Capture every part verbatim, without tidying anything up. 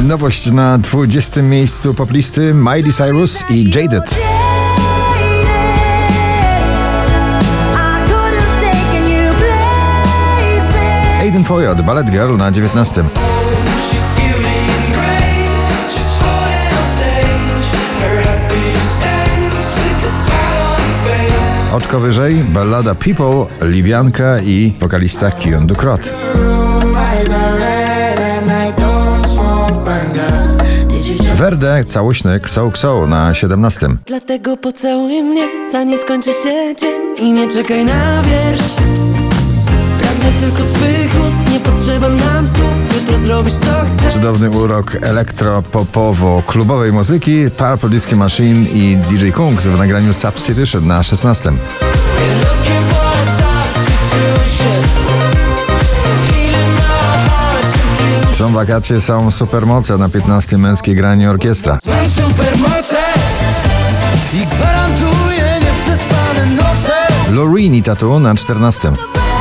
Nowość na dwudziestym miejscu poplisty Miley Cyrus i Jaded. Aiden Foyot, Ballet Girl na dziewiętnastym. Oczko wyżej, ballada People, Libianka i wokalista Kyun Dukrot. Verde, całuśny Xo Xo na siedemnastym. Dlatego pocałuj mnie, zanim skończy się dzień i nie czekaj na wiersz. Pragnę tylko twych ust, nie potrzeba nam słów, jutro zrobisz co chcesz. Cudowny urok elektro-popowo-klubowej muzyki, Purple Disco Machine i D J Kungs w nagraniu Substitution na szesnastym. Są wakacje, są supermoce na piętnastym. Męskie granie orkiestra. Są supermoce i gwarantuję nieprzespane noce. Loreen i Tattoo na czternastym.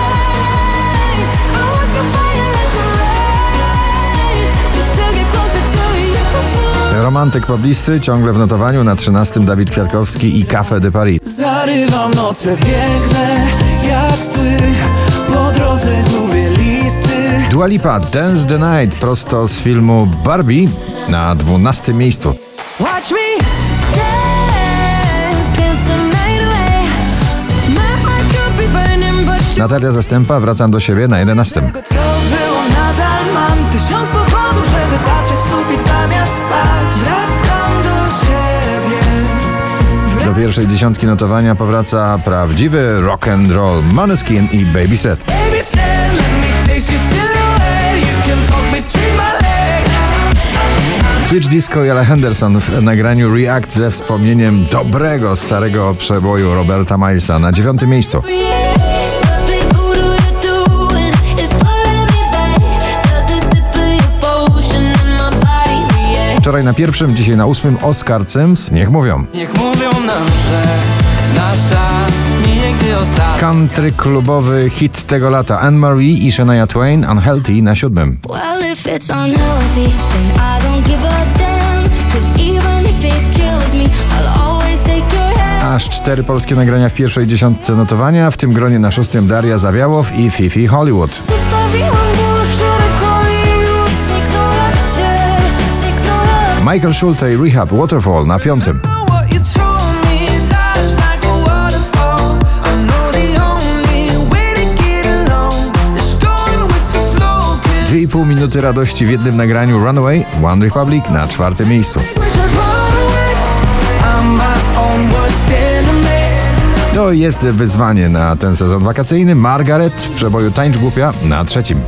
Romantyk poblisty ciągle w notowaniu na trzynastym. Dawid Kwiatkowski i Café de Paris. Zarywam noce piękne jak sły, po drodze gubię listy. Dua Lipa, Dance the Night prosto z filmu Barbie na dwunastym miejscu. Watch me dance, dance the night away. My heart could be burning, but you... Natalia Zastępa, Wracam do siebie na jedenastym. Tego co było nadal mam tysiąc powodów, żeby patrzeć w sufit zamiast spać. Wracam do siebie. Do pierwszej dziesiątki notowania powraca prawdziwy rock and roll Måneskin i Baby Set. Baby said, let me taste your silhouette. You can talk between my legs. Switch Disco i Ella Henderson w nagraniu React ze wspomnieniem dobrego starego przeboju Roberta Milesa na dziewiątym miejscu. Wczoraj na pierwszym, dzisiaj na ósmym Oscar Sims, Niech mówią. Niech mówią nam, że nasza zminie, gdy ostatni. Country klubowy hit tego lata Anne-Marie i Shania Twain, Unhealthy na siódmym. Well, if it's unhealthy, then I don't give a damn. 'Cause even if it kills me, I'll always take your hand. Aż cztery polskie nagrania w pierwszej dziesiątce notowania, w tym gronie na szóstym Daria Zawiałow i Fifi Hollywood. Zostawiłam ból wczoraj w Hollywood, zniknął jak cień, zniknął jak... Michael Schulte i Rehab, Waterfall na piątym. What you told me lies like a waterfall. I know the only way to get along is going with the flow. Dwie i pół minuty radości w jednym nagraniu Runaway, One Republic na czwartym miejscu. To jest wyzwanie na ten sezon wakacyjny. Margaret w przeboju Tańcz Głupia na trzecim.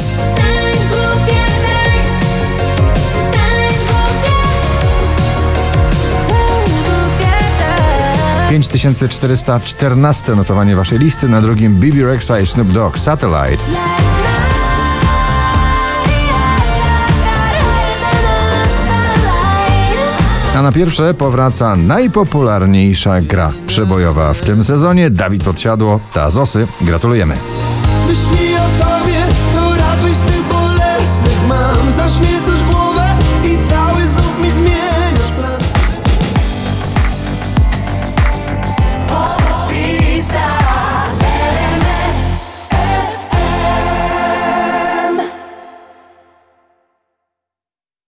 pięć tysięcy czterysta czternaście notowanie waszej listy, na drugim B B Rexha i Snoop Dogg Satellite. A na pierwsze powraca najpopularniejsza gra przebojowa w tym sezonie. Dawid Podsiadło, Tazosy. Gratulujemy. Myśli o tobie, to raczej z tych